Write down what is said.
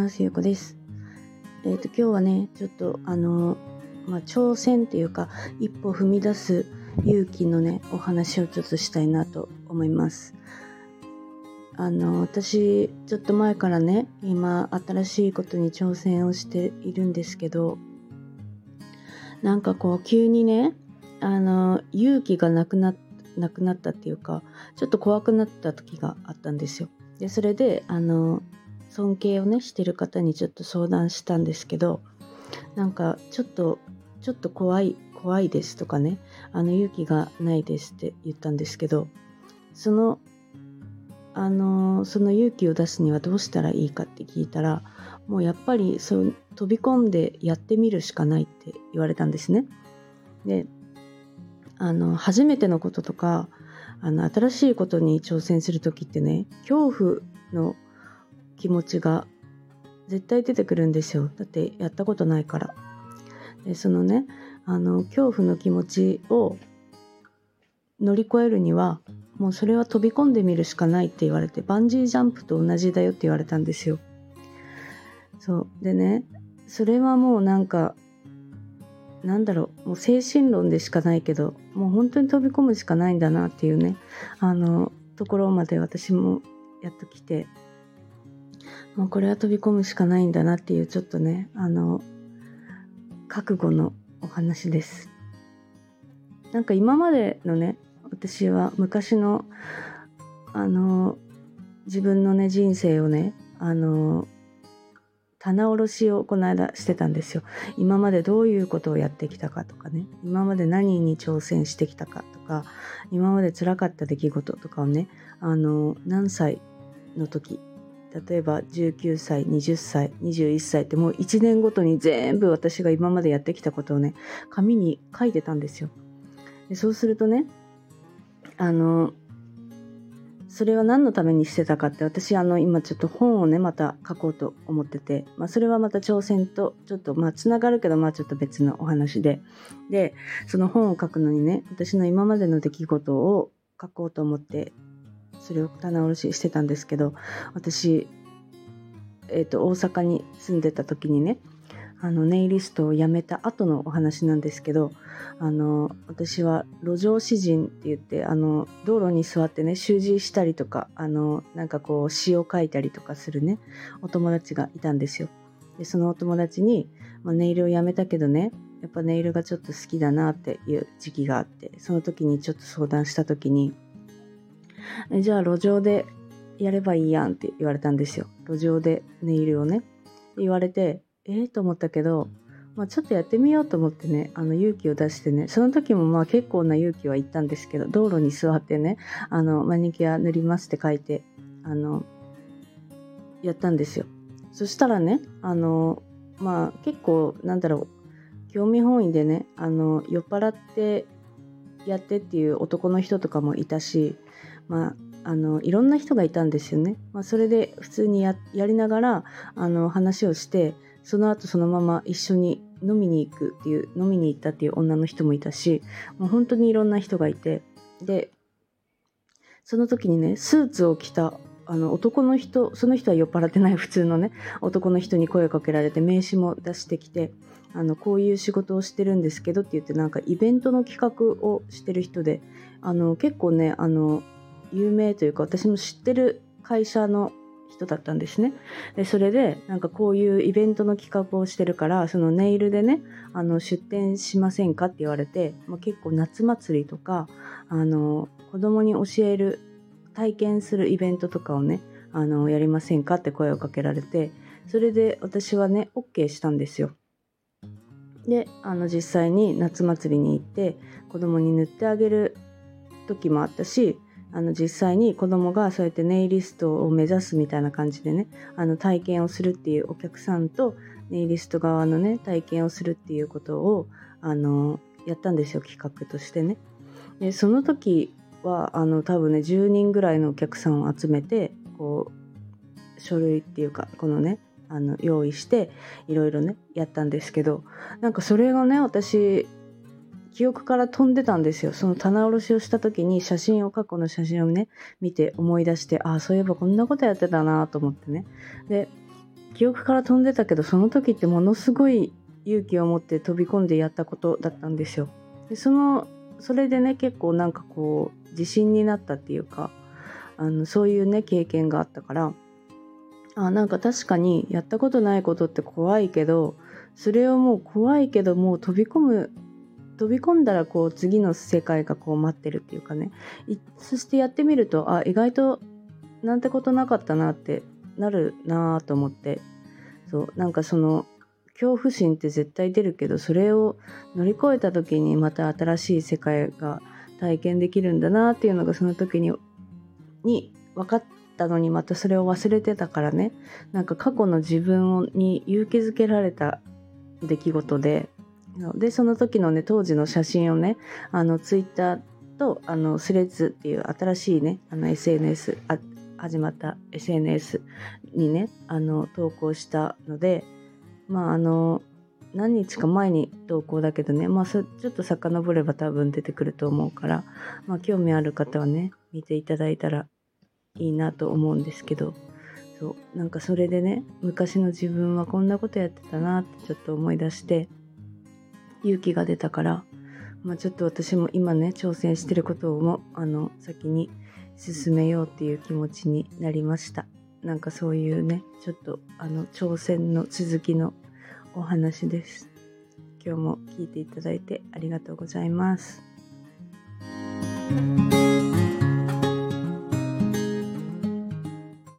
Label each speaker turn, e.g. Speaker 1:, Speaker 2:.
Speaker 1: ますゆうこです。今日はねちょっと挑戦っていうか一歩踏み出す勇気のねお話をちょっとしたいなと思います。私ちょっと前からね今新しいことに挑戦をしているんですけど、なんかこう急にね勇気がなくなったっていうか、ちょっと怖くなった時があったんですよ。でそれで尊敬をねしてる方にちょっと相談したんですけど、なんかちょっと怖いですとかね、勇気がないですって言ったんですけど、その勇気を出すにはどうしたらいいかって聞いたら、もうやっぱり飛び込んでやってみるしかないって言われたんですね。で初めてのこととか新しいことに挑戦するときってね、恐怖の気持ちが絶対出てくるんですよ。だってやったことないから。でそのね恐怖の気持ちを乗り越えるにはもうそれは飛び込んでみるしかないって言われて、バンジージャンプと同じだよって言われたんですよ。そうでね、それはもうもう精神論でしかないけど、もう本当に飛び込むしかないんだなっていうねところまで私もやっと来て、もうこれは飛び込むしかないんだなっていうちょっとね覚悟のお話です。なんか今までのね、私は昔の自分のね人生をね棚卸しをこの間してたんですよ。今までどういうことをやってきたかとかね、今まで何に挑戦してきたかとか、今まで辛かった出来事とかをね何歳の時、例えば19歳、20歳、21歳ってもう1年ごとに全部私が今までやってきたことをね紙に書いてたんですよ。でそうするとねそれは何のためにしてたかって、私今ちょっと本をねまた書こうと思ってて、それはまた挑戦とちょっとつながるけどちょっと別のお話で、その本を書くのにね、私の今までの出来事を書こうと思ってそれを棚卸ししてたんですけど、私大阪に住んでた時にねネイリストを辞めた後のお話なんですけど、私は路上詩人って言って道路に座ってね習字したりとかなんかこう詩を書いたりとかするねお友達がいたんですよ。でそのお友達に、ネイルを辞めたけどね、やっぱネイルがちょっと好きだなっていう時期があって、その時にちょっと相談した時に、じゃあ路上でやればいいやんって言われたんですよ。路上でネイルをね言われて、と思ったけど、ちょっとやってみようと思ってね勇気を出してね、その時も結構な勇気はいったんですけど、道路に座ってねマニキュア塗りますって書いてやったんですよ。そしたらね結構興味本位でね酔っ払ってやってっていう男の人とかもいたし、いろんな人がいたんですよね。それで普通に やりながら話をして、その後そのまま一緒に飲みに行ったっていう女の人もいたし、もう本当にいろんな人がいて、でその時にねスーツを着た男の人、その人は酔っ払ってない普通のね男の人に声をかけられて、名刺も出してきて、こういう仕事をしてるんですけどって言って、なんかイベントの企画をしてる人で、結構ね有名というか私も知ってる会社の人だったんですね。でそれでなんかこういうイベントの企画をしてるから、そのネイルでね出店しませんかって言われて、結構夏祭りとか子供に教える体験するイベントとかをねやりませんかって声をかけられて、それで私はね OK したんですよ。で実際に夏祭りに行って子供に塗ってあげる時もあったし、実際に子供がそうやってネイリストを目指すみたいな感じでね体験をするっていうお客さんとネイリスト側のね体験をするっていうことをやったんですよ、企画としてね。でその時は多分ね10人ぐらいのお客さんを集めてこう書類っていうかこのね用意していろいろねやったんですけど、なんかそれがね私記憶から飛んでたんですよ。その棚卸しをした時に過去の写真をね見て思い出して、そういえばこんなことやってたなと思ってね。で記憶から飛んでたけど、その時ってものすごい勇気を持って飛び込んでやったことだったんですよ。でそれでね、結構なんかこう自信になったっていうか、そういうね経験があったから、なんか確かにやったことないことって怖いけど、それをもう怖いけどもう飛び込んだらこう次の世界がこう待ってるっていうかね、そしてやってみると意外となんてことなかったなってなるなと思って、そうなんかその恐怖心って絶対出るけど、それを乗り越えた時にまた新しい世界が体験できるんだなっていうのがその時に分かったのに、またそれを忘れてたからね、なんか過去の自分に勇気づけられた出来事で、その時のね当時の写真をねツイッターとスレッズっていう新しいねSNS 始まった SNS にね投稿したので、何日か前に投稿だけどね、ちょっと遡れば多分出てくると思うから、興味ある方はね見ていただいたらいいなと思うんですけど、そうなんかそれでね、昔の自分はこんなことやってたなってちょっと思い出して勇気が出たから、ちょっと私も今ね挑戦してることをも先に進めようっていう気持ちになりました。なんかそういうねちょっと挑戦の続きのお話です。今日も聞いていただいてありがとうございます。